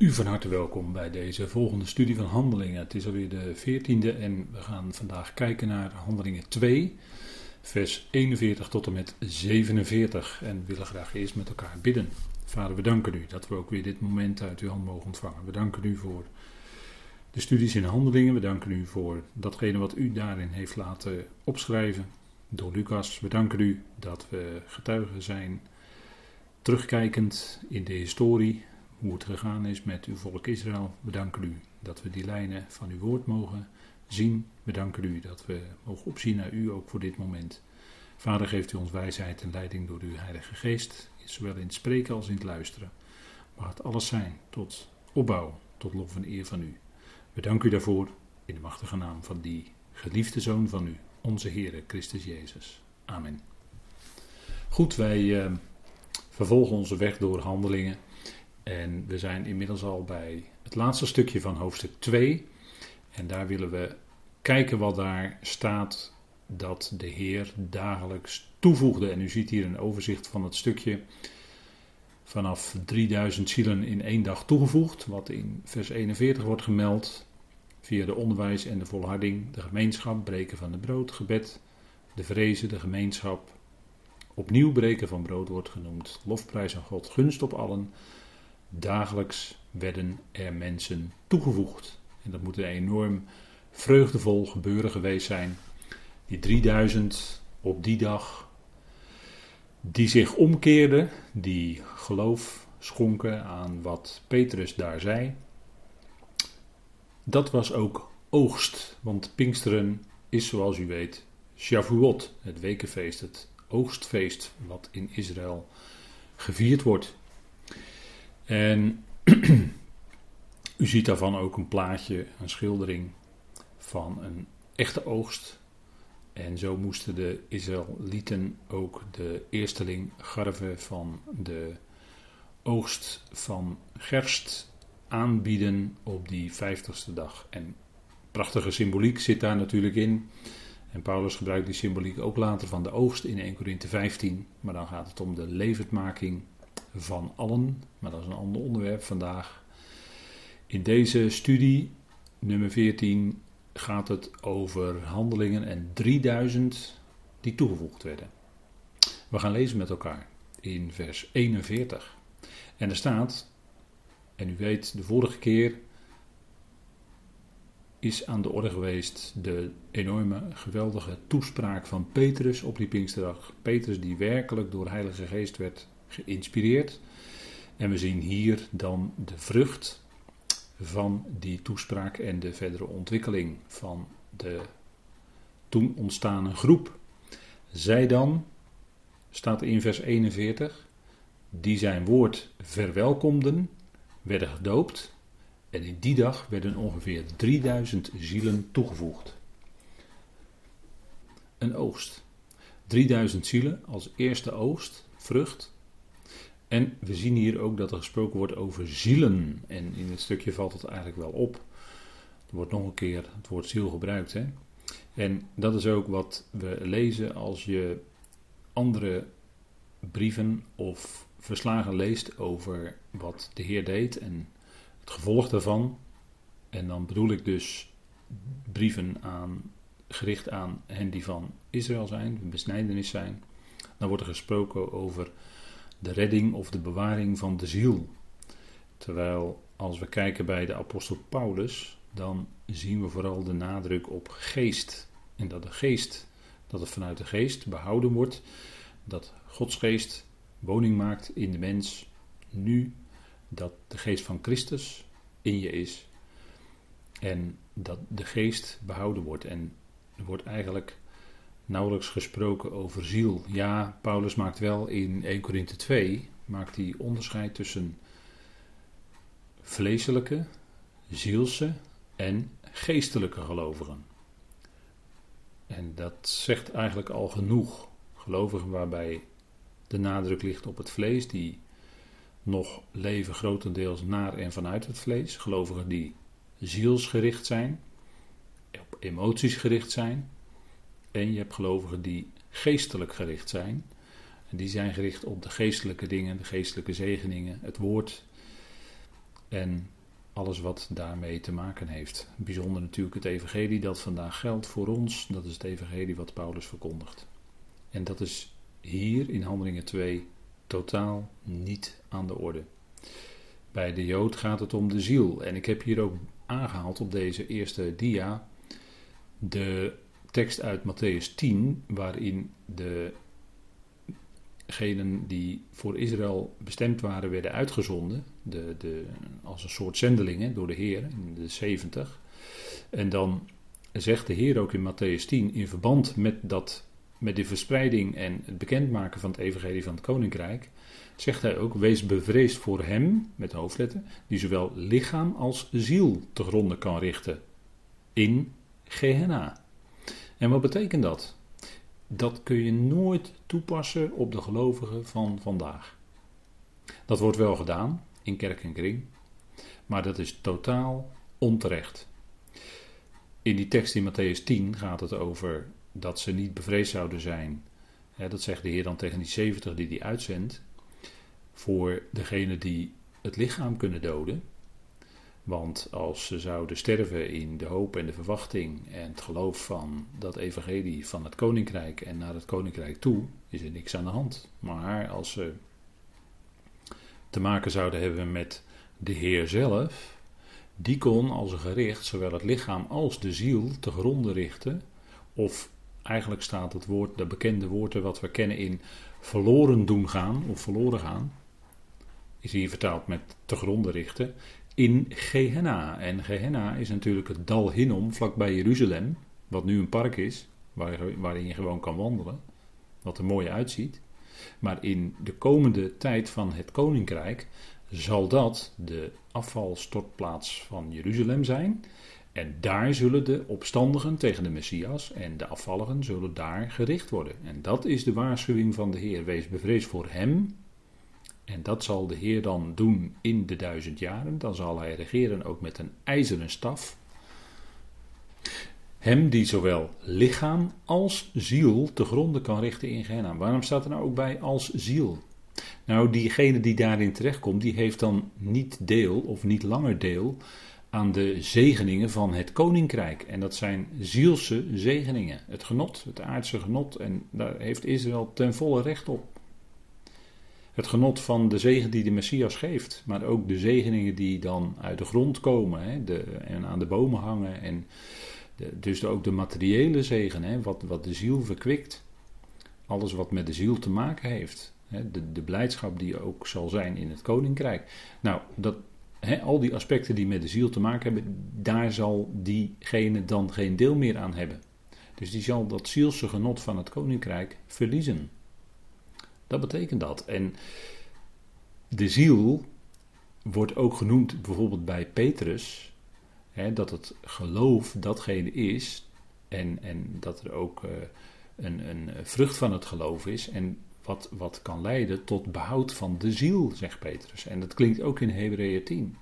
U van harte welkom bij deze volgende studie van Handelingen. Het is alweer de 14e en we gaan vandaag kijken naar Handelingen 2, vers 41 tot en met 47. En we willen graag eerst met elkaar bidden. Vader, we danken u dat we ook weer dit moment uit uw hand mogen ontvangen. We danken u voor de studies in Handelingen. We danken u voor datgene wat u daarin heeft laten opschrijven door Lucas. We danken u dat we getuigen zijn, terugkijkend in de historie, hoe het gegaan is met uw volk Israël. We danken u dat we die lijnen van uw woord mogen zien. We danken u dat we mogen opzien naar u ook voor dit moment. Vader, geeft u ons wijsheid en leiding door uw Heilige Geest, zowel in het spreken als in het luisteren. Mag het alles zijn tot opbouw, tot lof en eer van u. We danken u daarvoor in de machtige naam van die geliefde Zoon van u, onze Heere Christus Jezus. Amen. Goed, wij vervolgen onze weg door Handelingen. En we zijn inmiddels al bij het laatste stukje van hoofdstuk 2. En daar willen we kijken wat daar staat dat de Heer dagelijks toevoegde. En u ziet hier een overzicht van het stukje vanaf 3000 zielen in 1 dag toegevoegd. Wat in vers 41 wordt gemeld via de onderwijs en de volharding. De gemeenschap, breken van het brood, gebed, de vrezen, de gemeenschap. Opnieuw breken van brood wordt genoemd. Lofprijs aan God, gunst op allen. Dagelijks werden er mensen toegevoegd. En dat moet een enorm vreugdevol gebeuren geweest zijn. Die 3000 op die dag, die zich omkeerden, die geloof schonken aan wat Petrus daar zei. Dat was ook oogst, want Pinksteren is, zoals u weet, Shavuot, het wekenfeest, het oogstfeest wat in Israël gevierd wordt. En u ziet daarvan ook een plaatje, een schildering van een echte oogst. En zo moesten de Israëlieten ook de eersteling garven van de oogst van gerst aanbieden op die 50ste dag. En prachtige symboliek zit daar natuurlijk in. En Paulus gebruikt die symboliek ook later van de oogst in 1 Korinthe 15. Maar dan gaat het om de levendmaking van allen, maar dat is een ander onderwerp vandaag. In deze studie, nummer 14, gaat het over handelingen en 3000 die toegevoegd werden. We gaan lezen met elkaar in vers 41. En er staat, en u weet, de vorige keer is aan de orde geweest de enorme, geweldige toespraak van Petrus op die Pinksterdag. Petrus die werkelijk door de Heilige Geest werd geïnspireerd. En we zien hier dan de vrucht van die toespraak en de verdere ontwikkeling van de toen ontstane groep. Zij dan, staat in vers 41, die zijn woord verwelkomden, werden gedoopt. En in die dag werden ongeveer 3000 zielen toegevoegd. Een oogst. 3000 zielen als eerste oogst, vrucht. En we zien hier ook dat er gesproken wordt over zielen. En in het stukje valt het eigenlijk wel op. Er wordt nog een keer het woord ziel gebruikt. Hè? En dat is ook wat we lezen als je andere brieven of verslagen leest over wat de Heer deed en het gevolg daarvan. En dan bedoel ik dus brieven gericht aan hen die van Israël zijn, de besnijdenis zijn. Dan wordt er gesproken over de redding of de bewaring van de ziel. Terwijl als we kijken bij de apostel Paulus, dan zien we vooral de nadruk op geest. En dat dat het vanuit de geest behouden wordt, dat Gods geest woning maakt in de mens, nu dat de geest van Christus in je is. En dat de geest behouden wordt. En er wordt eigenlijk nauwelijks gesproken over ziel. Ja, Paulus maakt wel in 1 Korinthe 2, maakt hij onderscheid tussen vleeselijke, zielse en geestelijke gelovigen. En dat zegt eigenlijk al genoeg. Gelovigen waarbij de nadruk ligt op het vlees, die nog leven grotendeels naar en vanuit het vlees. Gelovigen die zielsgericht zijn, op emoties gericht zijn. En je hebt gelovigen die geestelijk gericht zijn. En die zijn gericht op de geestelijke dingen, de geestelijke zegeningen, het woord. en alles wat daarmee te maken heeft. Bijzonder natuurlijk het evangelie dat vandaag geldt voor ons. Dat is het evangelie wat Paulus verkondigt. En dat is hier in Handelingen 2 totaal niet aan de orde. Bij de Jood gaat het om de ziel. En ik heb hier ook aangehaald op deze eerste dia de tekst uit Mattheüs 10, waarin degenen die voor Israël bestemd waren, werden uitgezonden. Als een soort zendelingen door de Heer, in de 70. En dan zegt de Heer ook in Mattheüs 10, in verband met de verspreiding en het bekendmaken van het evangelie van het koninkrijk, zegt hij ook, wees bevreesd voor hem, met hoofdletter, die zowel lichaam als ziel te gronde kan richten in Gehenna. En wat betekent dat? Dat kun je nooit toepassen op de gelovigen van vandaag. Dat wordt wel gedaan in kerk en kring, maar dat is totaal onterecht. In die tekst in Mattheüs 10 gaat het over dat ze niet bevreesd zouden zijn. Dat zegt de Heer dan tegen die 70 die hij uitzendt, voor degene die het lichaam kunnen doden. Want als ze zouden sterven in de hoop en de verwachting en het geloof van dat evangelie van het koninkrijk en naar het koninkrijk toe, is er niks aan de hand. Maar als ze te maken zouden hebben met de Heer zelf, die kon als een gericht zowel het lichaam als de ziel te gronde richten. Of eigenlijk staat het woord, dat bekende woord wat we kennen in verloren doen gaan of verloren gaan, is hier vertaald met te gronde richten, in Gehenna. En Gehenna is natuurlijk het Dal Hinnom vlakbij Jeruzalem, wat nu een park is, waarin je gewoon kan wandelen, wat er mooi uitziet. Maar in de komende tijd van het koninkrijk zal dat de afvalstortplaats van Jeruzalem zijn. En daar zullen de opstandigen tegen de Messias en de afvalligen zullen daar gericht worden. En dat is de waarschuwing van de Heer. Wees bevreesd voor hem. En dat zal de Heer dan doen in de 1000 jaren. Dan zal hij regeren ook met een ijzeren staf. Hem die zowel lichaam als ziel te gronde kan richten in Gehenna. Waarom staat er nou ook bij als ziel? Nou, diegene die daarin terechtkomt, die heeft dan niet deel of niet langer deel aan de zegeningen van het koninkrijk. En dat zijn zielse zegeningen. Het genot, het aardse genot. En daar heeft Israël ten volle recht op. Het genot van de zegen die de Messias geeft. Maar ook de zegeningen die dan uit de grond komen. En aan de bomen hangen. En dus ook de materiële zegen. Wat de ziel verkwikt. Alles wat met de ziel te maken heeft. De blijdschap die ook zal zijn in het koninkrijk. Nou, al die aspecten die met de ziel te maken hebben, daar zal diegene dan geen deel meer aan hebben. Dus die zal dat zielse genot van het koninkrijk verliezen. Dat betekent dat. En de ziel wordt ook genoemd bijvoorbeeld bij Petrus, dat het geloof datgene is en dat er ook een vrucht van het geloof is en wat kan leiden tot behoud van de ziel, zegt Petrus. En dat klinkt ook in Hebreeën 10.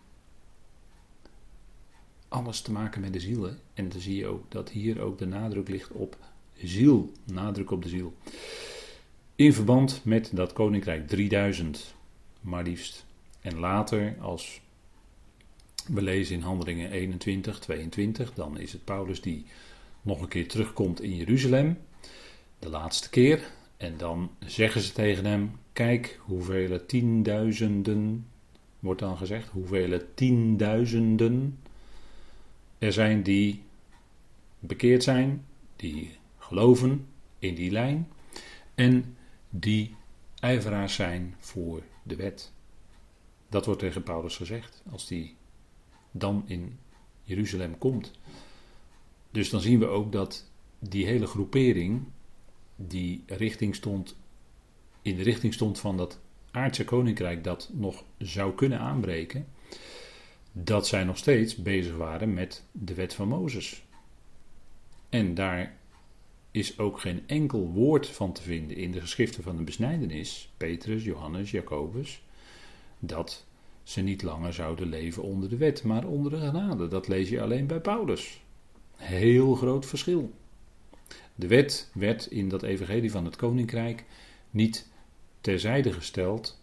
Alles te maken met de ziel. Hè? En dan zie je ook dat hier ook de nadruk ligt op ziel. Nadruk op de ziel. In verband met dat koninkrijk 3000, maar liefst. En later, als we lezen in Handelingen 21, 22, dan is het Paulus die nog een keer terugkomt in Jeruzalem. De laatste keer. En dan zeggen ze tegen hem, kijk hoeveel tienduizenden, wordt dan gezegd, hoeveel tienduizenden er zijn die bekeerd zijn, die geloven in die lijn en die ijveraars zijn voor de wet. Dat wordt tegen Paulus gezegd, als die dan in Jeruzalem komt. Dus dan zien we ook dat die hele groepering die in de richting stond van dat aardse koninkrijk dat nog zou kunnen aanbreken, dat zij nog steeds bezig waren met de wet van Mozes. En daar is ook geen enkel woord van te vinden in de geschriften van de besnijdenis, Petrus, Johannes, Jacobus, dat ze niet langer zouden leven onder de wet, maar onder de genade. Dat lees je alleen bij Paulus. Heel groot verschil. De wet werd in dat evangelie van het koninkrijk niet terzijde gesteld,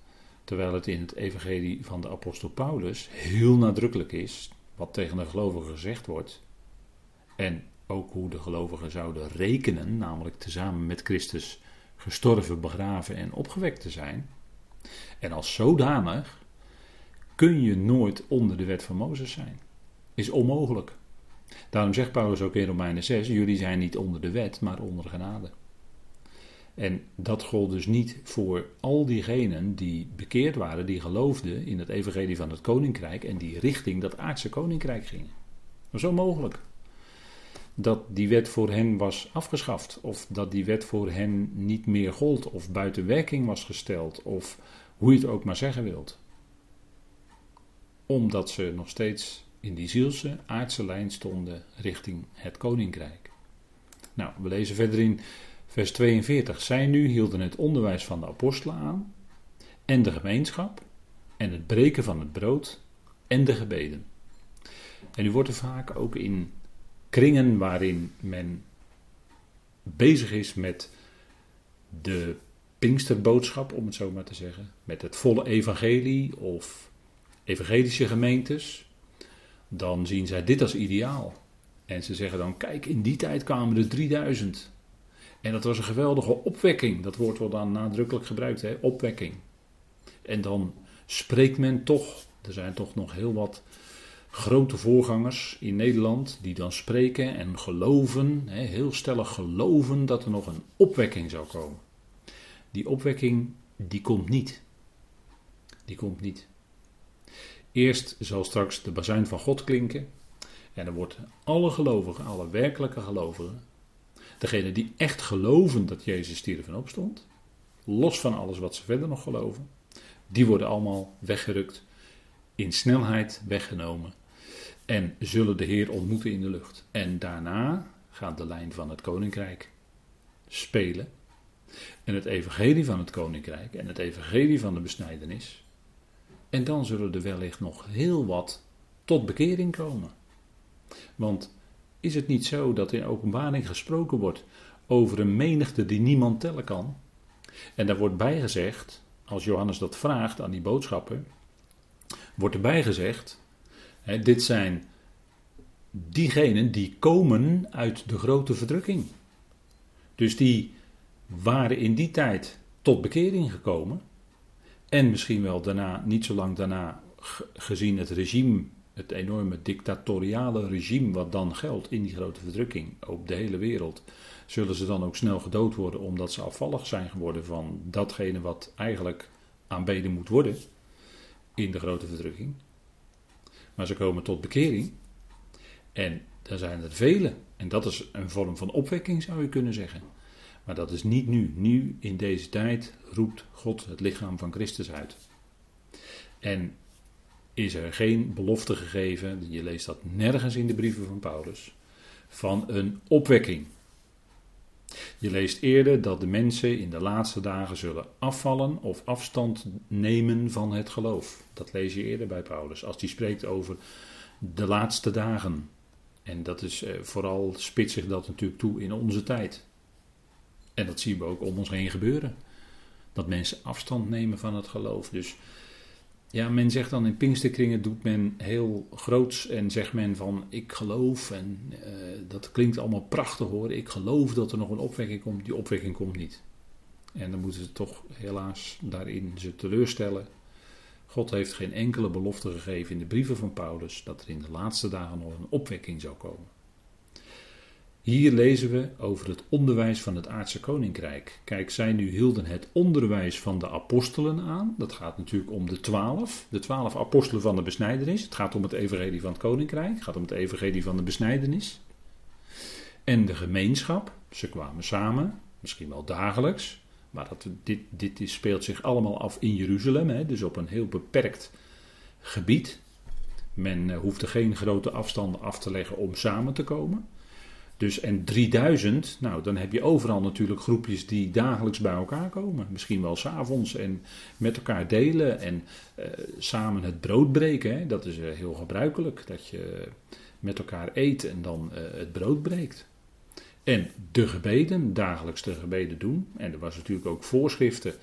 Terwijl het in het evangelie van de apostel Paulus heel nadrukkelijk is wat tegen de gelovigen gezegd wordt. En ook hoe de gelovigen zouden rekenen, namelijk tezamen met Christus gestorven, begraven en opgewekt te zijn. En als zodanig kun je nooit onder de wet van Mozes zijn. Is onmogelijk. Daarom zegt Paulus ook in Romeinen 6, jullie zijn niet onder de wet, maar onder genade. En dat gold dus niet voor al diegenen die bekeerd waren, die geloofden in het evangelie van het koninkrijk en die richting dat aardse koninkrijk gingen. Dat is onmogelijk. Dat die wet voor hen was afgeschaft, of dat die wet voor hen niet meer gold, of buiten werking was gesteld, of hoe je het ook maar zeggen wilt. Omdat ze nog steeds in die zielse, aardse lijn stonden richting het koninkrijk. Nou, we lezen verder in vers 42. Zij nu hielden het onderwijs van de apostelen aan, en de gemeenschap, en het breken van het brood, en de gebeden. En nu wordt er vaak ook in kringen waarin men bezig is met de Pinksterboodschap, om het zo maar te zeggen, met het volle evangelie of evangelische gemeentes, dan zien zij dit als ideaal. En ze zeggen dan, kijk, in die tijd kwamen er 3000. En dat was een geweldige opwekking. Dat woord wordt dan nadrukkelijk gebruikt, hè? Opwekking. En dan spreekt men toch, er zijn toch nog heel wat grote voorgangers in Nederland die dan spreken en geloven, heel stellig geloven dat er nog een opwekking zou komen. Die opwekking, die komt niet. Die komt niet. Eerst zal straks de bazuin van God klinken en dan wordt alle gelovigen, alle werkelijke gelovigen, degenen die echt geloven dat Jezus stierf en opstond, los van alles wat ze verder nog geloven, die worden allemaal weggerukt, in snelheid weggenomen en zullen de Heer ontmoeten in de lucht. En daarna gaat de lijn van het koninkrijk spelen en het evangelie van het koninkrijk en het evangelie van de besnijdenis. En dan zullen er wellicht nog heel wat tot bekering komen. Want is het niet zo dat in Openbaring gesproken wordt over een menigte die niemand tellen kan? En daar wordt bijgezegd, als Johannes dat vraagt aan die boodschapper, wordt erbij gezegd, dit zijn diegenen die komen uit de grote verdrukking. Dus die waren in die tijd tot bekering gekomen. En misschien wel daarna, niet zo lang daarna, gezien het regime, het enorme dictatoriale regime wat dan geldt in die grote verdrukking op de hele wereld, zullen ze dan ook snel gedood worden omdat ze afvallig zijn geworden van datgene wat eigenlijk aanbeden moet worden in de grote verdrukking. Maar ze komen tot bekering en daar zijn er vele. En dat is een vorm van opwekking, zou je kunnen zeggen. Maar dat is niet nu. Nu, in deze tijd, roept God het lichaam van Christus uit. En is er geen belofte gegeven, je leest dat nergens in de brieven van Paulus, van een opwekking. Je leest eerder dat de mensen in de laatste dagen zullen afvallen of afstand nemen van het geloof. Dat lees je eerder bij Paulus, als hij spreekt over de laatste dagen. En dat is vooral, spitst zich dat natuurlijk toe in onze tijd. En dat zien we ook om ons heen gebeuren. Dat mensen afstand nemen van het geloof. Dus ja, men zegt dan in Pinksterkringen doet men heel groots en zegt men van ik geloof en dat klinkt allemaal prachtig hoor. Ik geloof dat er nog een opwekking komt. Die opwekking komt niet. En dan moeten ze toch helaas daarin ze teleurstellen. God heeft geen enkele belofte gegeven in de brieven van Paulus dat er in de laatste dagen nog een opwekking zou komen. Hier lezen we over het onderwijs van het aardse koninkrijk. Kijk, zij nu hielden het onderwijs van de apostelen aan. Dat gaat natuurlijk om de 12 apostelen van de besnijdenis. Het gaat om het evangelie van het koninkrijk. Het gaat om het evangelie van de besnijdenis. En de gemeenschap. Ze kwamen samen, misschien wel dagelijks. Maar dit speelt zich allemaal af in Jeruzalem. Dus op een heel beperkt gebied. Men hoefde geen grote afstanden af te leggen om samen te komen. Dus en 3000, nou dan heb je overal natuurlijk groepjes die dagelijks bij elkaar komen. Misschien wel 's avonds en met elkaar delen en samen het brood breken. Hè. Dat is heel gebruikelijk, dat je met elkaar eet en dan het brood breekt. En de gebeden, dagelijks de gebeden doen. En er was natuurlijk ook voorschriften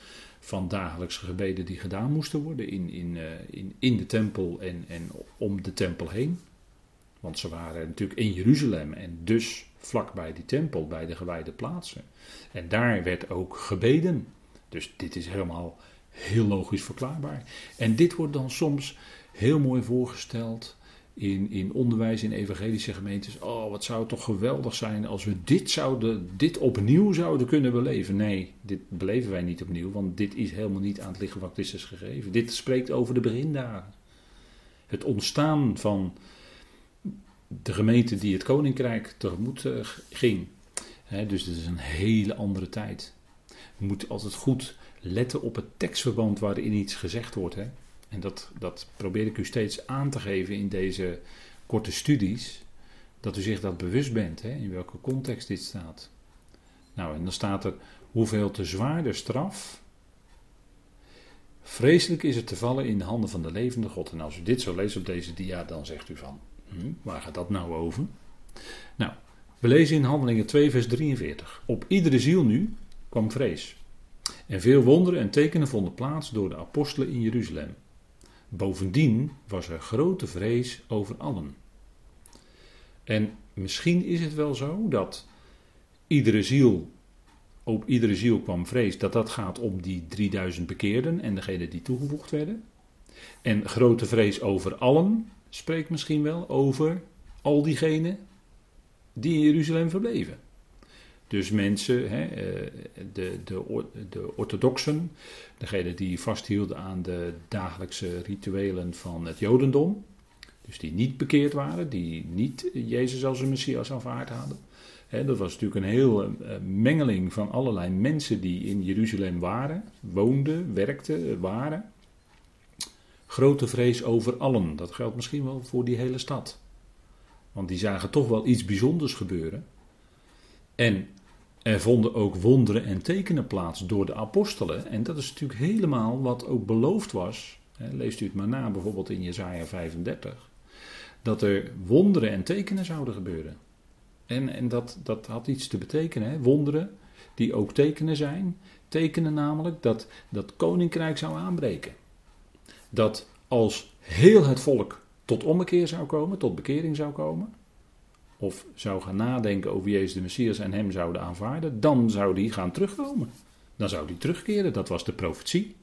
van dagelijkse gebeden die gedaan moesten worden in de tempel en om de tempel heen. Want ze waren natuurlijk in Jeruzalem en dus vlakbij die tempel, bij de gewijde plaatsen. En daar werd ook gebeden. Dus dit is helemaal heel logisch verklaarbaar. En dit wordt dan soms heel mooi voorgesteld in onderwijs in evangelische gemeentes. Oh, wat zou het toch geweldig zijn als we dit opnieuw zouden kunnen beleven. Nee, dit beleven wij niet opnieuw, want dit is helemaal niet aan het lichaam van Christus gegeven. Dit spreekt over de begindagen. Het ontstaan van de gemeente die het koninkrijk tegemoet ging. Dus het is een hele andere tijd. Je moet altijd goed letten op het tekstverband waarin iets gezegd wordt. En dat probeer ik u steeds aan te geven in deze korte studies. Dat u zich dat bewust bent, in welke context dit staat. Nou, en dan staat er, hoeveel te zwaarder straf. Vreselijk is het te vallen in de handen van de levende God. En als u dit zo leest op deze dia, dan zegt u van, waar gaat dat nou over? Nou, we lezen in Handelingen 2 vers 43. Op iedere ziel nu kwam vrees. En veel wonderen en tekenen vonden plaats door de apostelen in Jeruzalem. Bovendien was er grote vrees over allen. En misschien is het wel zo dat op iedere ziel kwam vrees, dat gaat om die 3000 bekeerden en degenen die toegevoegd werden. En grote vrees over allen spreekt misschien wel over al diegenen die in Jeruzalem verbleven. Dus mensen, de orthodoxen, degenen die vasthielden aan de dagelijkse rituelen van het Jodendom, dus die niet bekeerd waren, die niet Jezus als een Messias aanvaard hadden. Dat was natuurlijk een hele mengeling van allerlei mensen die in Jeruzalem waren, woonden, werkten, waren. Grote vrees over allen, dat geldt misschien wel voor die hele stad. Want die zagen toch wel iets bijzonders gebeuren. En er vonden ook wonderen en tekenen plaats door de apostelen. En dat is natuurlijk helemaal wat ook beloofd was. Leest u het maar na, bijvoorbeeld in Jesaja 35. Dat er wonderen en tekenen zouden gebeuren. En dat had iets te betekenen. Wonderen die ook tekenen zijn. Tekenen namelijk dat koninkrijk zou aanbreken. Dat als heel het volk tot ommekeer zou komen, tot bekering zou komen, of zou gaan nadenken over Jezus de Messias en hem zouden aanvaarden, dan zou die gaan terugkomen. Dan zou die terugkeren, dat was de profetie.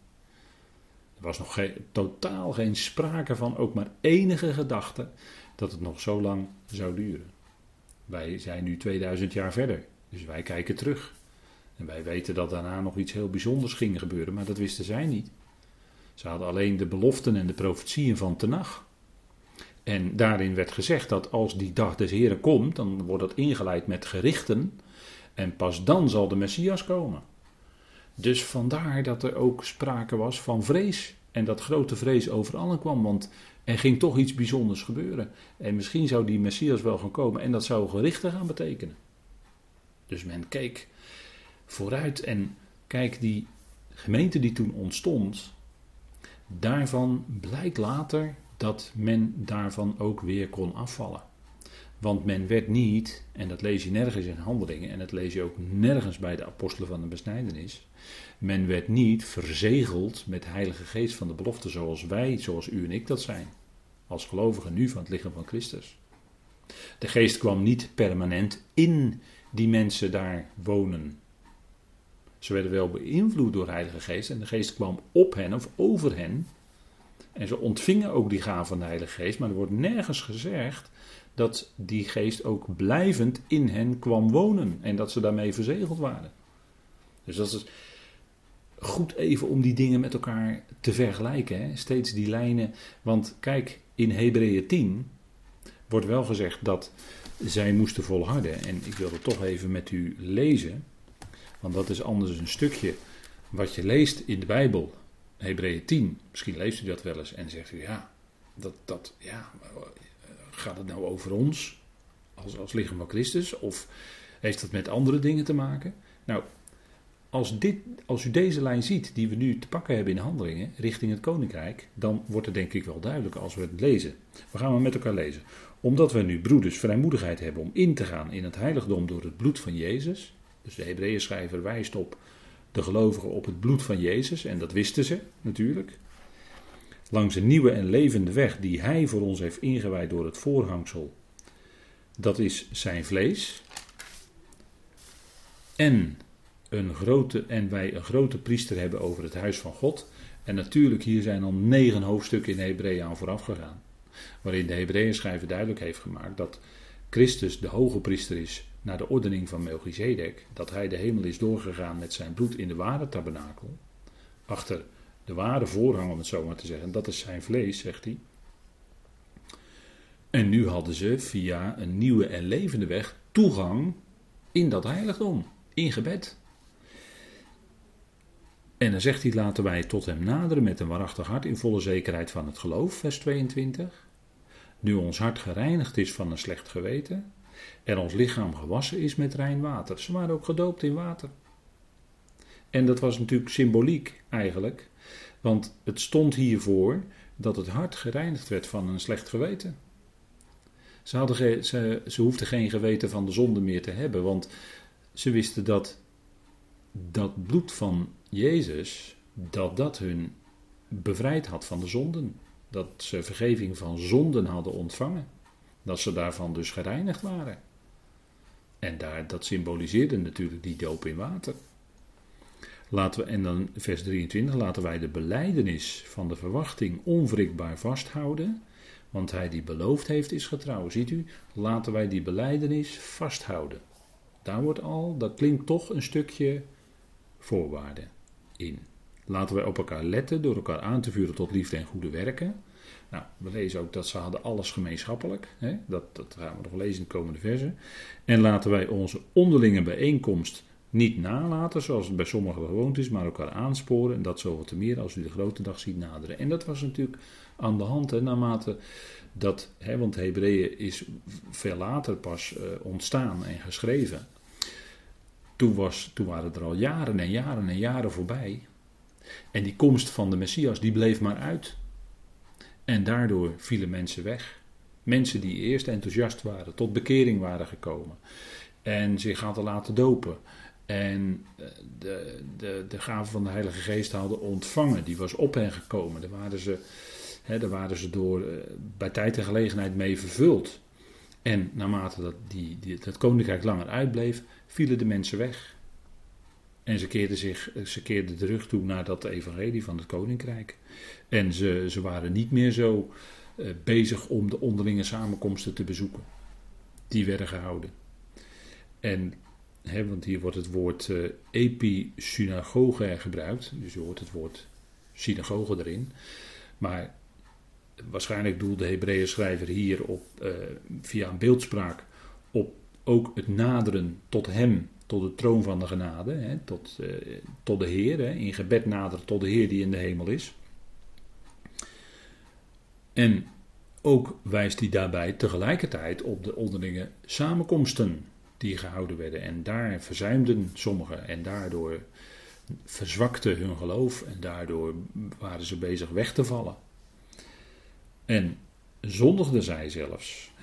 Er was nog totaal geen sprake van, ook maar enige gedachte, dat het nog zo lang zou duren. Wij zijn nu 2000 jaar verder, dus wij kijken terug. En wij weten dat daarna nog iets heel bijzonders ging gebeuren, maar dat wisten zij niet. Ze hadden alleen de beloften en de profetieën van Tenach. En daarin werd gezegd dat als die dag des Heren komt, dan wordt dat ingeleid met gerichten. En pas dan zal de Messias komen. Dus vandaar dat er ook sprake was van vrees. En dat grote vrees over allen kwam, want er ging toch iets bijzonders gebeuren. En misschien zou die Messias wel gaan komen en dat zou gerichten gaan betekenen. Dus men keek vooruit en kijk, die gemeente die toen ontstond, daarvan blijkt later dat men daarvan ook weer kon afvallen. Want men werd niet, en dat lees je nergens in Handelingen, en dat lees je ook nergens bij de apostelen van de besnijdenis, men werd niet verzegeld met de Heilige Geest van de belofte zoals wij, zoals u en ik dat zijn, als gelovigen nu van het lichaam van Christus. De Geest kwam niet permanent in die mensen daar wonen. Ze werden wel beïnvloed door de Heilige Geest en de Geest kwam op hen of over hen. En ze ontvingen ook die gave van de Heilige Geest, maar er wordt nergens gezegd dat die Geest ook blijvend in hen kwam wonen en dat ze daarmee verzegeld waren. Dus dat is goed even om die dingen met elkaar te vergelijken, steeds die lijnen. Want kijk, in Hebreeën 10 wordt wel gezegd dat zij moesten volharden. En ik wil het toch even met u lezen, want dat is anders een stukje wat je leest in de Bijbel. Hebreeën 10, misschien leest u dat wel eens en zegt u, gaat het nou over ons als lichaam van Christus of heeft dat met andere dingen te maken? Nou, als u deze lijn ziet die we nu te pakken hebben in Handelingen richting het koninkrijk, dan wordt het denk ik wel duidelijk als we het lezen. We gaan maar met elkaar lezen. Omdat we nu, broeders, vrijmoedigheid hebben om in te gaan in het heiligdom door het bloed van Jezus. Dus de Hebreeën schrijver wijst op de gelovigen op het bloed van Jezus, en dat wisten ze natuurlijk. Langs een nieuwe en levende weg die hij voor ons heeft ingewijd door het voorhangsel. Dat is zijn vlees. En wij een grote priester hebben over het huis van God. En natuurlijk, hier zijn al 9 hoofdstukken in de Hebreeën aan vooraf gegaan. Waarin de Hebreeën schrijver duidelijk heeft gemaakt dat Christus de hoge priester is naar de ordening van Melchizedek. Dat hij de hemel is doorgegaan met zijn bloed in de ware tabernakel. Achter de ware voorhang, om het zo maar te zeggen. Dat is zijn vlees, zegt hij. En nu hadden ze via een nieuwe en levende weg toegang in dat heiligdom. In gebed. En dan zegt hij, laten wij tot hem naderen met een waarachtig hart in volle zekerheid van het geloof, vers 22. Nu ons hart gereinigd is van een slecht geweten en ons lichaam gewassen is met rein water. Ze waren ook gedoopt in water. En dat was natuurlijk symboliek eigenlijk, want het stond hiervoor dat het hart gereinigd werd van een slecht geweten. Ze hoefden geen geweten van de zonde meer te hebben, want ze wisten dat dat bloed van Jezus, dat hun bevrijd had van de zonden. Dat ze vergeving van zonden hadden ontvangen. Dat ze daarvan dus gereinigd waren. En dat symboliseerde natuurlijk die doop in water. En dan vers 23, laten wij de belijdenis van de verwachting onwrikbaar vasthouden. Want hij die beloofd heeft is getrouw. Ziet u, laten wij die belijdenis vasthouden. Dat klinkt toch een stukje voorwaarde in. Laten wij op elkaar letten door elkaar aan te vuren tot liefde en goede werken. Nou, we lezen ook dat ze hadden alles gemeenschappelijk. Hè? Dat gaan we nog lezen in de komende versen. En laten wij onze onderlinge bijeenkomst niet nalaten, zoals het bij sommigen gewoond is, maar elkaar aansporen. En dat zoveel te meer als u de grote dag ziet naderen. En dat was natuurlijk aan de hand, hè, naarmate dat, want Hebreeën is veel later pas ontstaan en geschreven. Toen waren er al jaren en jaren en jaren voorbij. En die komst van de Messias, die bleef maar uit. En daardoor vielen mensen weg. Mensen die eerst enthousiast waren, tot bekering waren gekomen. En zich hadden laten dopen. En de gave van de Heilige Geest hadden ontvangen. Die was op hen gekomen. Daar waren ze door bij tijd en gelegenheid mee vervuld. En naarmate dat koninkrijk langer uitbleef, vielen de mensen weg. En ze keerden de rug toe naar dat evangelie van het koninkrijk. En ze waren niet meer zo bezig om de onderlinge samenkomsten te bezoeken. Die werden gehouden. En, want hier wordt het woord episynagoge gebruikt. Dus je hoort het woord synagoge erin. Maar waarschijnlijk doelde de Hebreeën schrijver hier via een beeldspraak op ook het naderen tot hem, tot de troon van de genade, tot de Heer, in gebed naderen tot de Heer die in de hemel is. En ook wijst hij daarbij tegelijkertijd op de onderlinge samenkomsten die gehouden werden. En daar verzuimden sommigen en daardoor verzwakte hun geloof en daardoor waren ze bezig weg te vallen. En zondigden zij zelfs.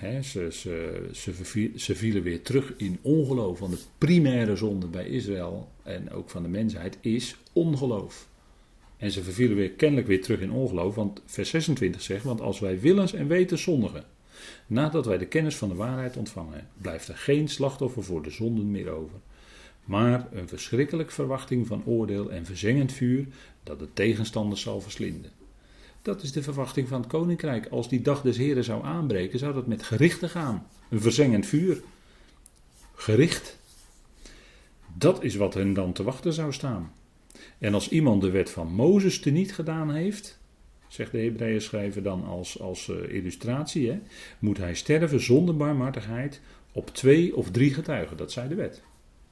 Ze vielen weer terug in ongeloof. Want de primaire zonde bij Israël en ook van de mensheid is ongeloof. En ze vervielen kennelijk weer terug in ongeloof. Want vers 26 zegt, want als wij willens en weten zondigen, nadat wij de kennis van de waarheid ontvangen, blijft er geen slachtoffer voor de zonden meer over. Maar een verschrikkelijk verwachting van oordeel en verzengend vuur dat de tegenstanders zal verslinden. Dat is de verwachting van het koninkrijk. Als die dag des Heren zou aanbreken, zou dat met gerichten gaan. Een verzengend vuur. Gericht. Dat is wat hen dan te wachten zou staan. En als iemand de wet van Mozes teniet gedaan heeft, zegt de Hebreeën schrijver dan als illustratie, moet hij sterven zonder barmhartigheid op 2 of 3 getuigen. Dat zei de wet.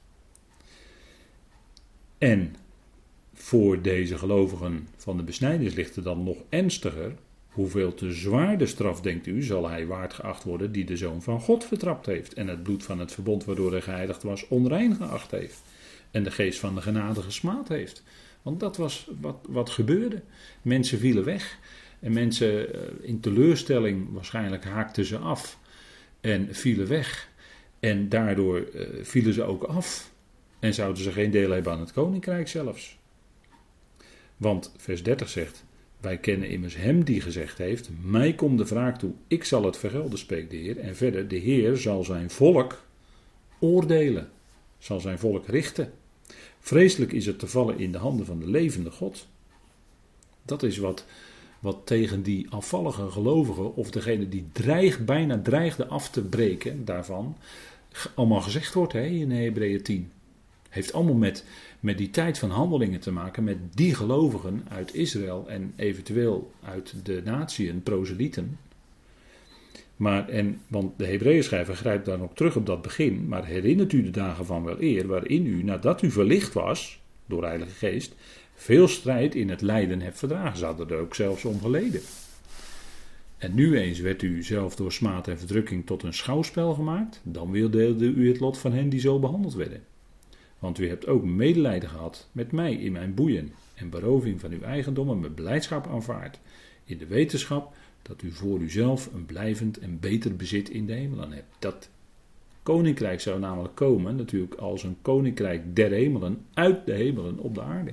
En voor deze gelovigen van de besnijdenis ligt er dan nog ernstiger. Hoeveel te zwaar de straf, denkt u, zal hij waard geacht worden die de Zoon van God vertrapt heeft en het bloed van het verbond waardoor hij geheiligd was onrein geacht heeft en de geest van de genade gesmaad heeft. Want dat was wat gebeurde. Mensen vielen weg en mensen in teleurstelling waarschijnlijk haakten ze af en vielen weg en daardoor vielen ze ook af. En zouden ze geen deel hebben aan het koninkrijk zelfs. Want vers 30 zegt, wij kennen immers hem die gezegd heeft, mij komt de wraak toe, ik zal het vergelden, spreekt de Heer. En verder, de Heer zal zijn volk oordelen, zal zijn volk richten. Vreselijk is het te vallen in de handen van de levende God. Dat is wat tegen die afvallige gelovigen, of degene die bijna dreigde af te breken daarvan, allemaal gezegd wordt in Hebreeën 10. Heeft allemaal met die tijd van handelingen te maken, met die gelovigen uit Israël en eventueel uit de natieën, proselieten. Want de Hebreeënschrijver grijpt dan ook terug op dat begin, maar herinnert u de dagen van wel eer, waarin u, nadat u verlicht was, door de Heilige Geest, veel strijd in het lijden hebt verdragen. Ze hadden er ook zelfs om geleden. En nu eens werd u zelf door smaad en verdrukking tot een schouwspel gemaakt, dan deelde u het lot van hen die zo behandeld werden. Want u hebt ook medelijden gehad met mij in mijn boeien en beroving van uw eigendommen met blijdschap aanvaard, in de wetenschap dat u voor uzelf een blijvend en beter bezit in de hemelen hebt. Dat koninkrijk zou namelijk komen natuurlijk als een koninkrijk der hemelen, uit de hemelen op de aarde.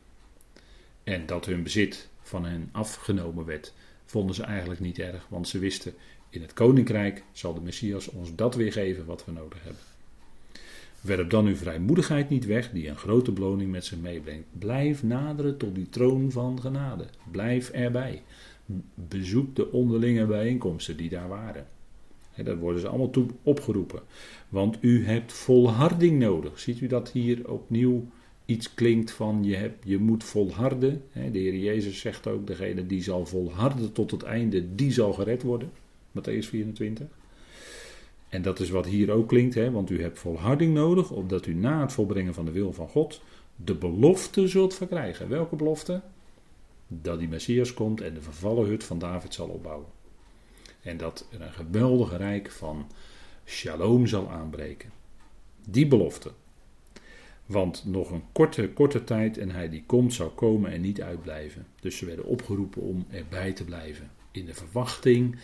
En dat hun bezit van hen afgenomen werd, vonden ze eigenlijk niet erg, want ze wisten, in het koninkrijk zal de Messias ons dat weer geven wat we nodig hebben. Werp dan uw vrijmoedigheid niet weg, die een grote beloning met zich meebrengt. Blijf naderen tot die troon van genade. Blijf erbij. Bezoek de onderlinge bijeenkomsten die daar waren. Daar worden ze allemaal toe opgeroepen. Want u hebt volharding nodig. Ziet u dat hier opnieuw iets klinkt van je moet volharden. De Heer Jezus zegt ook, degene die zal volharden tot het einde, die zal gered worden. Mattheüs 24. En dat is wat hier ook klinkt, want u hebt volharding nodig, opdat u na het volbrengen van de wil van God de belofte zult verkrijgen. Welke belofte? Dat die Messias komt en de vervallen hut van David zal opbouwen. En dat er een geweldige rijk van shalom zal aanbreken. Die belofte. Want nog een korte tijd en hij die komt zou komen en niet uitblijven. Dus ze werden opgeroepen om erbij te blijven. In de verwachting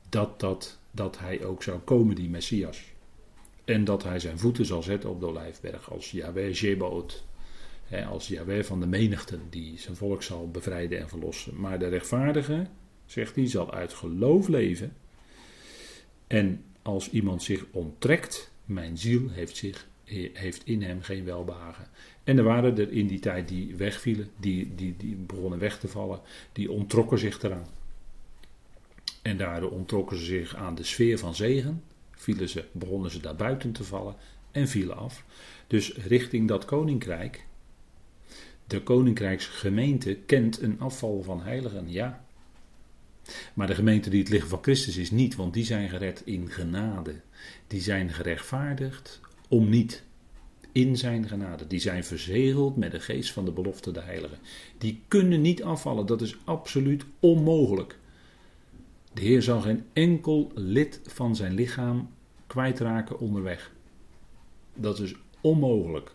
dat hij ook zou komen, die Messias. En dat hij zijn voeten zal zetten op de Olijfberg als Yahweh Zebaot. Als Yahweh van de menigten die zijn volk zal bevrijden en verlossen. Maar de rechtvaardige, zegt hij, zal uit geloof leven. En als iemand zich onttrekt, mijn ziel heeft in hem geen welbehagen. En er waren er in die tijd die wegvielen, die begonnen weg te vallen, die onttrokken zich eraan. En daardoor ontrokken ze zich aan de sfeer van zegen, begonnen ze daar buiten te vallen en vielen af. Dus richting dat koninkrijk, de koninkrijksgemeente kent een afval van heiligen, ja. Maar de gemeente die het lichaam van Christus is niet, want die zijn gered in genade. Die zijn gerechtvaardigd om niet. In zijn genade. Die zijn verzegeld met de geest van de belofte, de heiligen. Die kunnen niet afvallen, dat is absoluut onmogelijk. De Heer zal geen enkel lid van zijn lichaam kwijtraken onderweg. Dat is onmogelijk.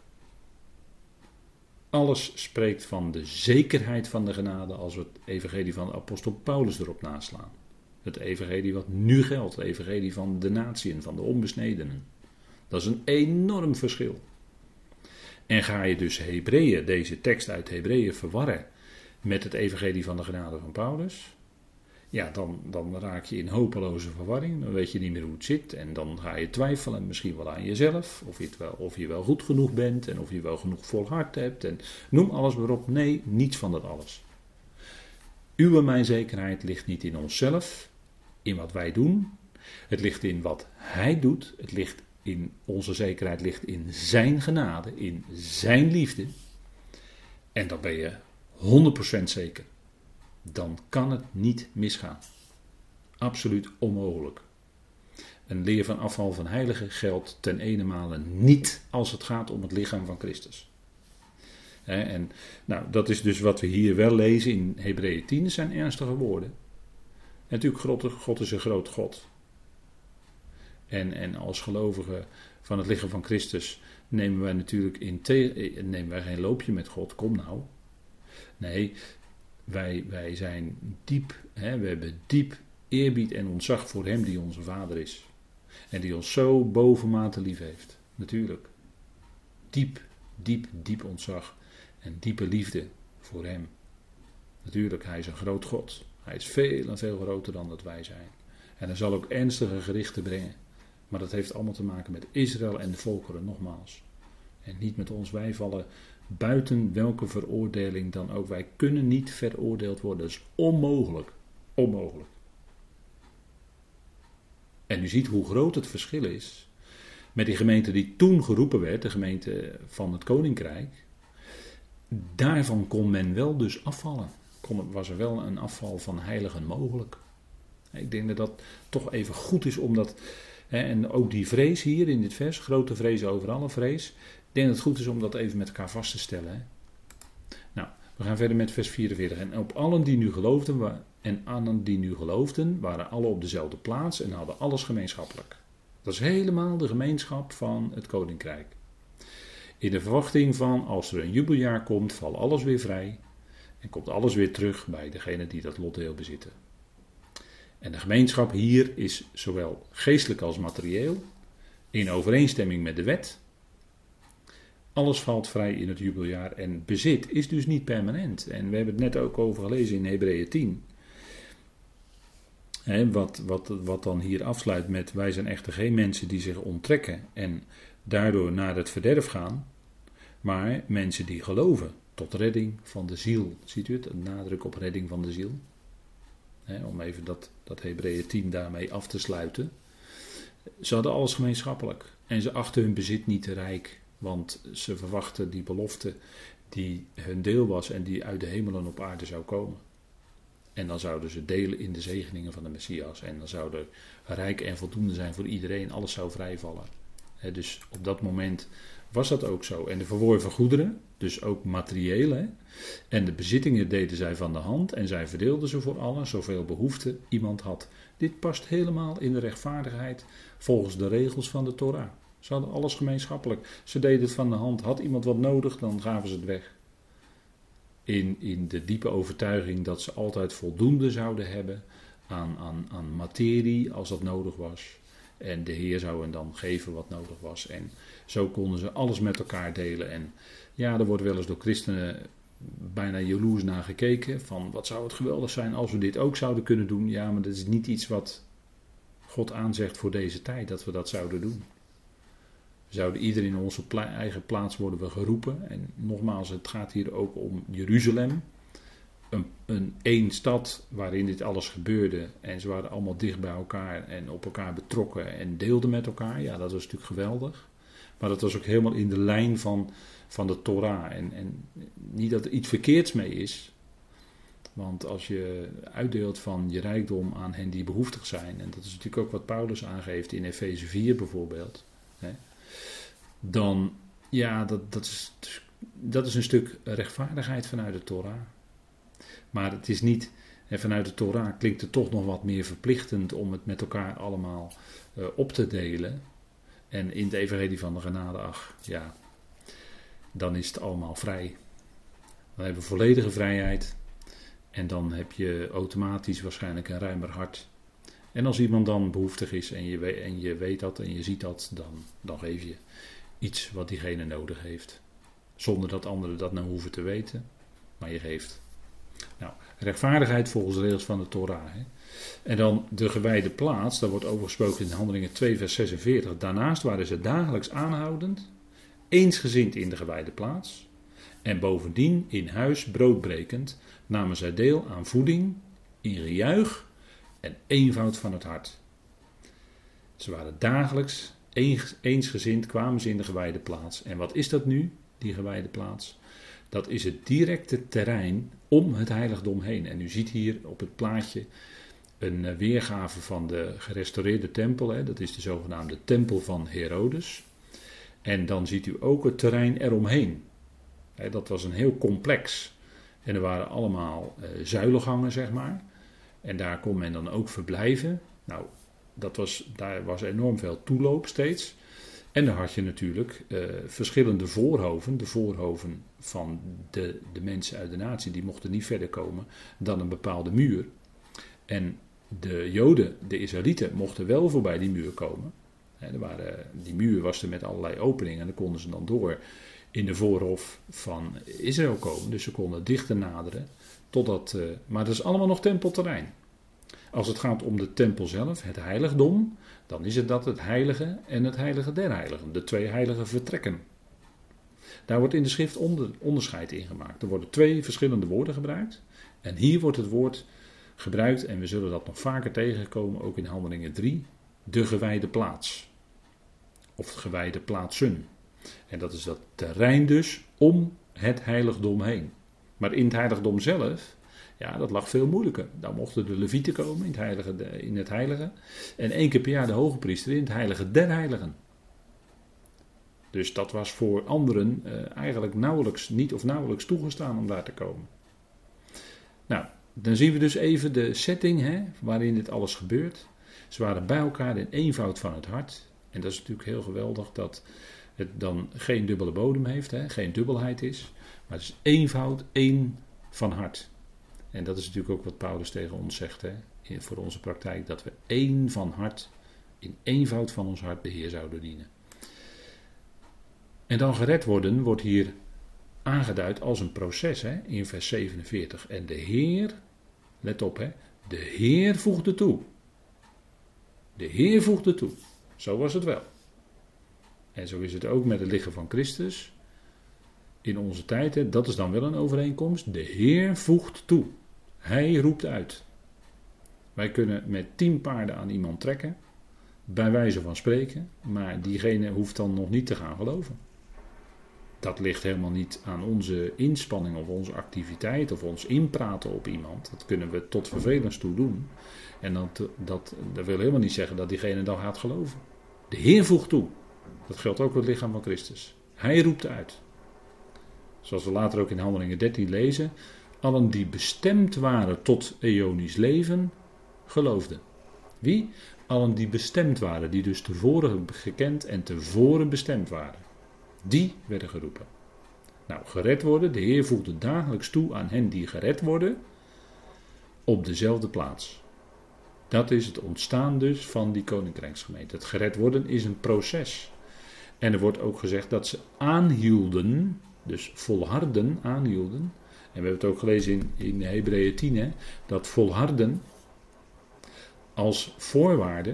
Alles spreekt van de zekerheid van de genade als we het evangelie van de apostel Paulus erop naslaan. Het evangelie wat nu geldt, het evangelie van de natieën, van de onbesnedenen. Dat is een enorm verschil. En ga je dus Hebreeën, deze tekst uit Hebreeën verwarren met het evangelie van de genade van Paulus, ja, dan raak je in hopeloze verwarring. Dan weet je niet meer hoe het zit. En dan ga je twijfelen, misschien wel aan jezelf. Of je wel goed genoeg bent. En of je wel genoeg volhard hebt. En noem alles maar op. Nee, niets van dat alles. Uw en mijn zekerheid ligt niet in onszelf. In wat wij doen. Het ligt in wat hij doet. Onze zekerheid ligt in zijn genade. In zijn liefde. En dan ben je 100% zeker. Dan kan het niet misgaan. Absoluut onmogelijk. Een leer van afval van heiligen geldt ten enenmale niet als het gaat om het lichaam van Christus. En dat is dus wat we hier wel lezen in Hebreeën 10. Dat zijn ernstige woorden. En natuurlijk, God is een groot God. En als gelovigen van het lichaam van Christus nemen wij natuurlijk nemen wij geen loopje met God. Kom nou. Nee, wij zijn diep, we hebben diep eerbied en ontzag voor hem die onze vader is. En die ons zo bovenmate lief heeft. Natuurlijk. Diep diep ontzag en diepe liefde voor hem. Natuurlijk, hij is een groot God. Hij is veel en veel groter dan dat wij zijn. En hij zal ook ernstige gerichten brengen. Maar dat heeft allemaal te maken met Israël en de volkeren, nogmaals. En niet met ons. Wij vallen buiten welke veroordeling dan ook. Wij kunnen niet veroordeeld worden. Dat is onmogelijk. Onmogelijk. En u ziet hoe groot het verschil is met die gemeente die toen geroepen werd, de gemeente van het Koninkrijk. Daarvan kon men wel dus afvallen. Was er wel een afval van heiligen mogelijk. Ik denk dat dat toch even goed is, omdat, en ook die vrees hier in dit vers, grote vrees over alle vrees. Ik denk dat het goed is om dat even met elkaar vast te stellen. Hè. Nou, we gaan verder met vers 44. En op allen die nu geloofden, waren alle op dezelfde plaats en hadden alles gemeenschappelijk. Dat is helemaal de gemeenschap van het Koninkrijk. In de verwachting van, als er een jubeljaar komt, valt alles weer vrij. En komt alles weer terug bij degene die dat lotdeel bezitten. En de gemeenschap hier is zowel geestelijk als materieel, in overeenstemming met de wet. Alles valt vrij in het jubeljaar en bezit is dus niet permanent. En we hebben het net ook over gelezen in Hebreeën 10. Wat dan hier afsluit met: wij zijn echter geen mensen die zich onttrekken en daardoor naar het verderf gaan, maar mensen die geloven tot redding van de ziel. Ziet u het? Een nadruk op redding van de ziel. Om even dat Hebreeën 10 daarmee af te sluiten. Ze hadden alles gemeenschappelijk. En ze achten hun bezit niet te rijk. Want ze verwachten die belofte die hun deel was en die uit de hemelen op aarde zou komen. En dan zouden ze delen in de zegeningen van de Messias. En dan zou er rijk en voldoende zijn voor iedereen. Alles zou vrijvallen. Dus op dat moment was dat ook zo. En de verworven goederen, dus ook materiële, en de bezittingen deden zij van de hand. En zij verdeelden ze voor allen, zoveel behoefte iemand had. Dit past helemaal in de rechtvaardigheid volgens de regels van de Torah. Ze hadden alles gemeenschappelijk. Ze deden het van de hand. Had iemand wat nodig, dan gaven ze het weg. In de diepe overtuiging dat ze altijd voldoende zouden hebben aan materie als dat nodig was. En de Heer zou hen dan geven wat nodig was. En zo konden ze alles met elkaar delen. En ja, er wordt wel eens door christenen bijna jaloers naar gekeken. Van wat zou het geweldig zijn als we dit ook zouden kunnen doen. Ja, maar dat is niet iets wat God aanzegt voor deze tijd, dat we dat zouden doen. We zouden ieder in onze eigen plaats worden we geroepen. En nogmaals, het gaat hier ook om Jeruzalem. Een stad waarin dit alles gebeurde. En ze waren allemaal dicht bij elkaar en op elkaar betrokken en deelden met elkaar. Ja, dat was natuurlijk geweldig. Maar dat was ook helemaal in de lijn van de Torah. En niet dat er iets verkeerds mee is. Want als je uitdeelt van je rijkdom aan hen die behoeftig zijn. En dat is natuurlijk ook wat Paulus aangeeft in Efeze 4 bijvoorbeeld. Dan, ja, dat is een stuk rechtvaardigheid vanuit de Torah. Maar het is niet, en vanuit de Torah klinkt het toch nog wat meer verplichtend om het met elkaar allemaal op te delen. En in het evangelie van de genade, ja, dan is het allemaal vrij. Dan hebben we volledige vrijheid. En dan heb je automatisch waarschijnlijk een ruimer hart. En als iemand dan behoeftig is en je weet dat en je ziet dat, dan geef je iets wat diegene nodig heeft. Zonder dat anderen dat nou hoeven te weten. Maar je geeft. Nou, rechtvaardigheid volgens de regels van de Torah. Hè. En dan de gewijde plaats, daar wordt over gesproken in Handelingen 2 vers 46. Daarnaast waren ze dagelijks aanhoudend, eensgezind in de gewijde plaats. En bovendien in huis broodbrekend namen zij deel aan voeding, in gejuich en eenvoud van het hart. Ze waren dagelijks eensgezind, kwamen ze in de gewijde plaats. En wat is dat nu, die gewijde plaats? Dat is het directe terrein om het heiligdom heen. En u ziet hier op het plaatje een weergave van de gerestaureerde tempel. Hè. Dat is de zogenaamde tempel van Herodes. En dan ziet u ook het terrein eromheen. Hè, dat was een heel complex. En er waren allemaal zuilengangen, zeg maar. En daar kon men dan ook verblijven. Nou, daar was enorm veel toeloop steeds. En dan had je natuurlijk verschillende voorhoven. De voorhoven van de mensen uit de natie, die mochten niet verder komen dan een bepaalde muur. En de Joden, de Israëlieten, mochten wel voorbij die muur komen. Die muur was er met allerlei openingen en daar konden ze dan door. in de voorhof van Israël komen. Dus ze konden dichter naderen. Maar dat is allemaal nog tempelterrein. Als het gaat om de tempel zelf, het heiligdom, dan is het dat het heilige en het heilige der heiligen. De twee heilige vertrekken. Daar wordt in de schrift onderscheid in gemaakt. Er worden twee verschillende woorden gebruikt. En hier wordt het woord gebruikt, en we zullen dat nog vaker tegenkomen, ook in Handelingen 3, de gewijde plaats. Of gewijde plaatsen. En dat is dat terrein dus om het heiligdom heen. Maar in het heiligdom zelf, ja, dat lag veel moeilijker. Dan mochten de levieten komen in het heilige. En 1 keer per jaar de hoge priester in het heilige der heiligen. Dus dat was voor anderen eigenlijk nauwelijks toegestaan om daar te komen. Nou, dan zien we dus even de setting waarin dit alles gebeurt. Ze waren bij elkaar in eenvoud van het hart. En dat is natuurlijk heel geweldig dat het dan geen dubbele bodem heeft, geen dubbelheid is. Maar het is eenvoud, één van hart. En dat is natuurlijk ook wat Paulus tegen ons zegt, voor onze praktijk, dat we één van hart, in eenvoud van ons hart de Heer zouden dienen. En dan gered worden wordt hier aangeduid als een proces, in vers 47. En de Heer, let op, de Heer voegde toe. De Heer voegde toe. Zo was het wel. En zo is het ook met het lichaam van Christus. In onze tijd, dat is dan wel een overeenkomst. De Heer voegt toe. Hij roept uit. Wij kunnen met 10 paarden aan iemand trekken, bij wijze van spreken, maar diegene hoeft dan nog niet te gaan geloven. Dat ligt helemaal niet aan onze inspanning of onze activiteit of ons inpraten op iemand. Dat kunnen we tot vervelens toe doen. En dat wil helemaal niet zeggen dat diegene dan gaat geloven. De Heer voegt toe. Dat geldt ook voor het lichaam van Christus. Hij roept uit. Zoals we later ook in Handelingen 13 lezen. Allen die bestemd waren tot eonisch leven, geloofden. Wie? Allen die bestemd waren, die dus tevoren gekend en tevoren bestemd waren. Die werden geroepen. Nou, gered worden, de Heer voegde dagelijks toe aan hen die gered worden, op dezelfde plaats. Dat is het ontstaan dus van die koninkrijksgemeente. Het gered worden is een proces. En er wordt ook gezegd dat ze aanhielden, dus volharden, aanhielden. En we hebben het ook gelezen in Hebreeën 10, dat volharden als voorwaarde,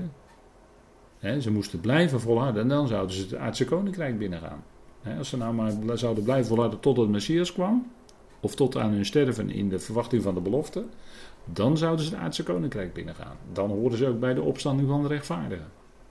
ze moesten blijven volharden en dan zouden ze het aardse koninkrijk binnengaan. Als ze nou maar zouden blijven volharden tot het Messias kwam, of tot aan hun sterven in de verwachting van de belofte, dan zouden ze het aardse koninkrijk binnengaan. Dan horen ze ook bij de opstanding van de rechtvaardigen.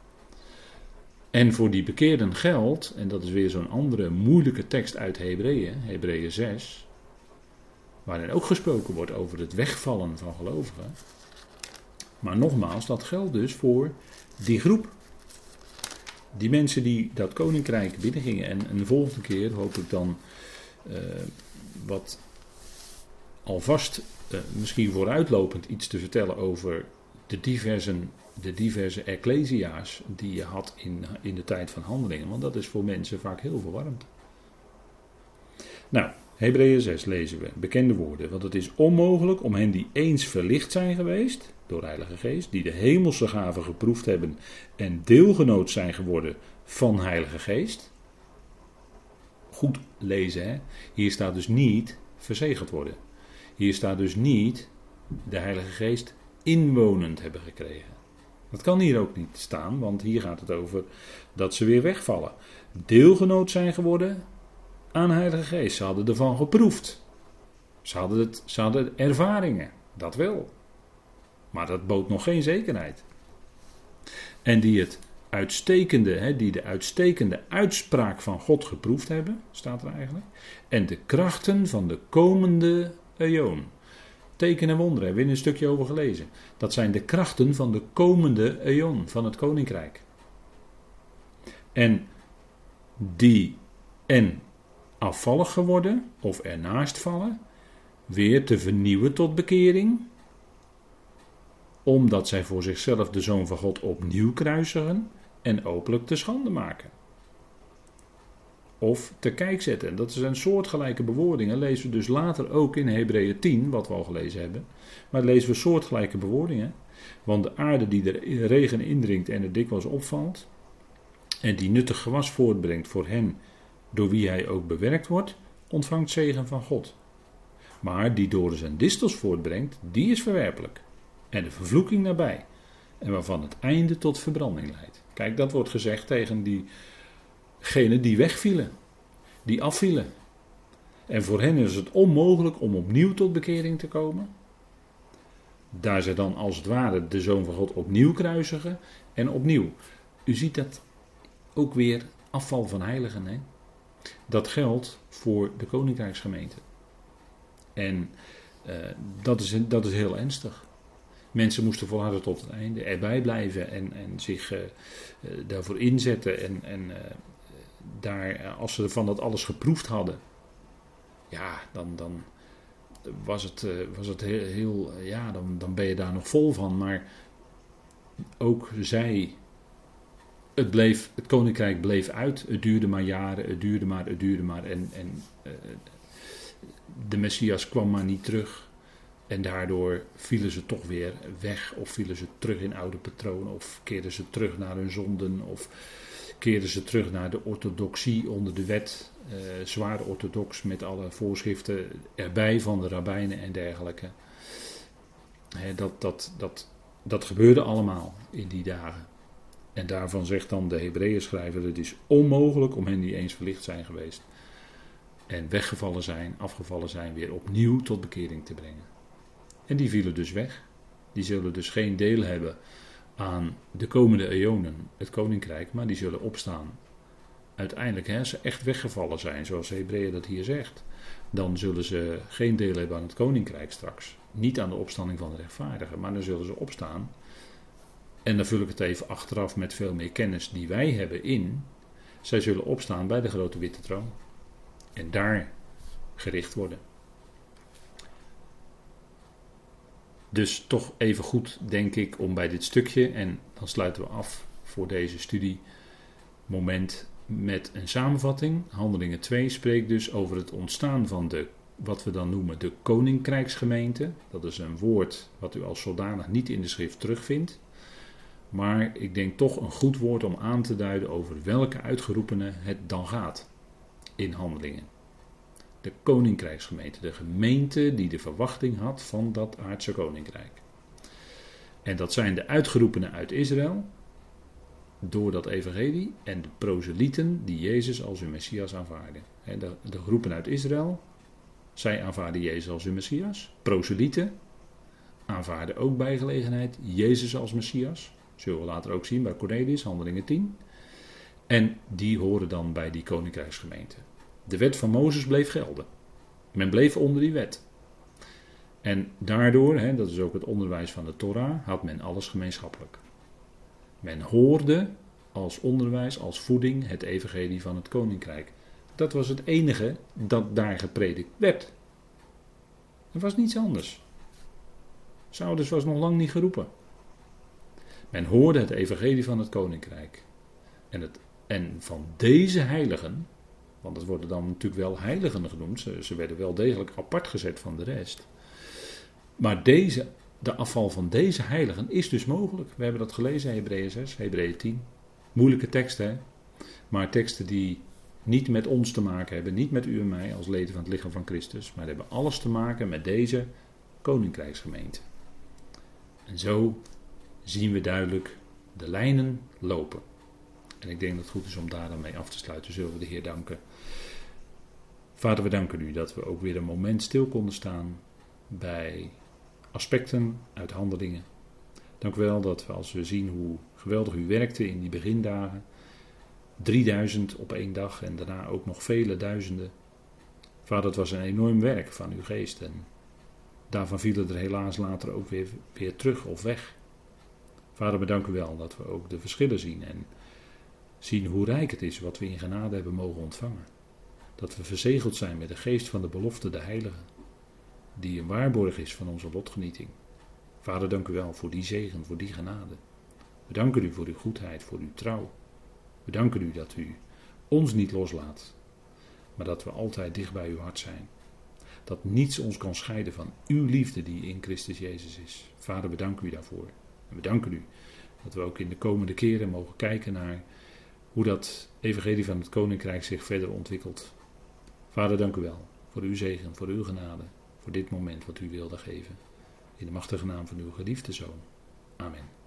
En voor die bekeerden geldt, en dat is weer zo'n andere moeilijke tekst uit Hebreeën 6, waarin ook gesproken wordt over het wegvallen van gelovigen. Maar nogmaals, dat geldt dus voor die groep. Die mensen die dat koninkrijk binnengingen. En de volgende keer hoop ik dan wat alvast misschien vooruitlopend iets te vertellen over de diverse ecclesia's die je had in de tijd van Handelingen. Want dat is voor mensen vaak heel verwarrend. Nou, Hebreeën 6 lezen we, bekende woorden. Want het is onmogelijk om hen die eens verlicht zijn geweest door de Heilige Geest, die de hemelse gaven geproefd hebben en deelgenoot zijn geworden van Heilige Geest. Goed lezen, hier staat dus niet verzegeld worden. Hier staat dus niet de Heilige Geest inwonend hebben gekregen. Dat kan hier ook niet staan, want hier gaat het over dat ze weer wegvallen. Deelgenoot zijn geworden aan de Heilige Geest. Ze hadden ervan geproefd. Ze hadden ervaringen, dat wel. Maar dat bood nog geen zekerheid. En die de uitstekende uitspraak van God geproefd hebben, staat er eigenlijk. En de krachten van de komende eon. Teken en wonderen, hebben we in een stukje over gelezen. Dat zijn de krachten van de komende eon, van het koninkrijk. En die afvallig geworden, of ernaast vallen, weer te vernieuwen tot bekering, omdat zij voor zichzelf de Zoon van God opnieuw kruisigen en openlijk te schande maken. Of te kijk zetten. En dat zijn soortgelijke bewoordingen. Lezen we dus later ook in Hebreeën 10, wat we al gelezen hebben. Maar lezen we soortgelijke bewoordingen. Want de aarde die de regen indringt en er dikwijls opvalt, en die nuttig gewas voortbrengt voor hen door wie hij ook bewerkt wordt, ontvangt zegen van God. Maar die doren zijn distels voortbrengt, die is verwerpelijk. En de vervloeking nabij. En waarvan het einde tot verbranding leidt. Kijk, dat wordt gezegd tegen diegenen die wegvielen. Die afvielen. En voor hen is het onmogelijk om opnieuw tot bekering te komen. Daar ze dan als het ware de Zoon van God opnieuw kruisigen. En opnieuw. U ziet dat ook weer afval van heiligen. Hè? Dat geldt voor de koninkrijksgemeente. En dat is heel ernstig. Mensen moesten volharden tot het einde, erbij blijven en zich daarvoor inzetten. En daar, als ze van dat alles geproefd hadden, ja, dan was het heel ja, dan ben je daar nog vol van. Maar ook zij, het koninkrijk bleef uit. Het duurde maar jaren, het duurde maar. En de Messias kwam maar niet terug. En daardoor vielen ze toch weer weg. Of vielen ze terug in oude patronen. Of keerden ze terug naar hun zonden. Of keerden ze terug naar de orthodoxie onder de wet. Zwaar orthodox met alle voorschriften erbij van de rabbijnen en dergelijke. Dat gebeurde allemaal in die dagen. En daarvan zegt dan de Hebreeënschrijver: het is onmogelijk om hen die eens verlicht zijn geweest en weggevallen zijn, afgevallen zijn, weer opnieuw tot bekering te brengen. En die vielen dus weg. Die zullen dus geen deel hebben aan de komende eonen, het koninkrijk, maar die zullen opstaan. Uiteindelijk, als ze echt weggevallen zijn, zoals Hebreeën dat hier zegt, dan zullen ze geen deel hebben aan het koninkrijk straks. Niet aan de opstanding van de rechtvaardigen, maar dan zullen ze opstaan. En dan vul ik het even achteraf met veel meer kennis die wij hebben in. Zij zullen opstaan bij de grote witte troon. En daar gericht worden. Dus toch even goed, denk ik, om bij dit stukje, en dan sluiten we af voor deze studiemoment met een samenvatting. Handelingen 2 spreekt dus over het ontstaan van wat we dan noemen de koninkrijksgemeente. Dat is een woord wat u als zodanig niet in de schrift terugvindt. Maar ik denk toch een goed woord om aan te duiden over welke uitgeroepenen het dan gaat in Handelingen. De koninkrijksgemeente, de gemeente die de verwachting had van dat aardse koninkrijk. En dat zijn de uitgeroepenen uit Israël, door dat evangelie, en de proselieten die Jezus als hun Messias aanvaarden. De groepen uit Israël, zij aanvaarden Jezus als hun Messias. Proselieten aanvaarden ook bij gelegenheid Jezus als Messias. Zullen we later ook zien bij Cornelius, Handelingen 10. En die horen dan bij die koninkrijksgemeente. De wet van Mozes bleef gelden. Men bleef onder die wet. En daardoor, dat is ook het onderwijs van de Torah, had men alles gemeenschappelijk. Men hoorde als onderwijs, als voeding, het evangelie van het koninkrijk. Dat was het enige dat daar gepredikt werd. Er was niets anders. Saulus was nog lang niet geroepen. Men hoorde het evangelie van het koninkrijk. En van deze heiligen, want het worden dan natuurlijk wel heiligen genoemd, ze werden wel degelijk apart gezet van de rest. Maar de afval van deze heiligen is dus mogelijk. We hebben dat gelezen, Hebreeën 6, Hebreeën 10. Moeilijke teksten, hè? Maar teksten die niet met ons te maken hebben, niet met u en mij als leden van het lichaam van Christus, maar hebben alles te maken met deze koninkrijksgemeente. En zo zien we duidelijk de lijnen lopen. En ik denk dat het goed is om daar dan mee af te sluiten. Zullen we de Heer danken. Vader, we danken u dat we ook weer een moment stil konden staan bij aspecten uit Handelingen. Dank u wel dat we, als we zien hoe geweldig u werkte in die begindagen, 3000 op één dag en daarna ook nog vele duizenden. Vader, het was een enorm werk van uw geest en daarvan vielen er helaas later ook weer terug of weg. Vader, we danken u wel dat we ook de verschillen zien en zien hoe rijk het is wat we in genade hebben mogen ontvangen. Dat we verzegeld zijn met de geest van de belofte, de heilige, die een waarborg is van onze lotgenieting. Vader, dank u wel voor die zegen, voor die genade. We danken u voor uw goedheid, voor uw trouw. We danken u dat u ons niet loslaat, maar dat we altijd dicht bij uw hart zijn. Dat niets ons kan scheiden van uw liefde die in Christus Jezus is. Vader, we danken u daarvoor. En we danken u dat we ook in de komende keren mogen kijken naar hoe dat evangelie van het Koninkrijk zich verder ontwikkelt. Vader, dank u wel voor uw zegen, voor uw genade, voor dit moment wat u wilde geven. In de machtige naam van uw geliefde Zoon. Amen.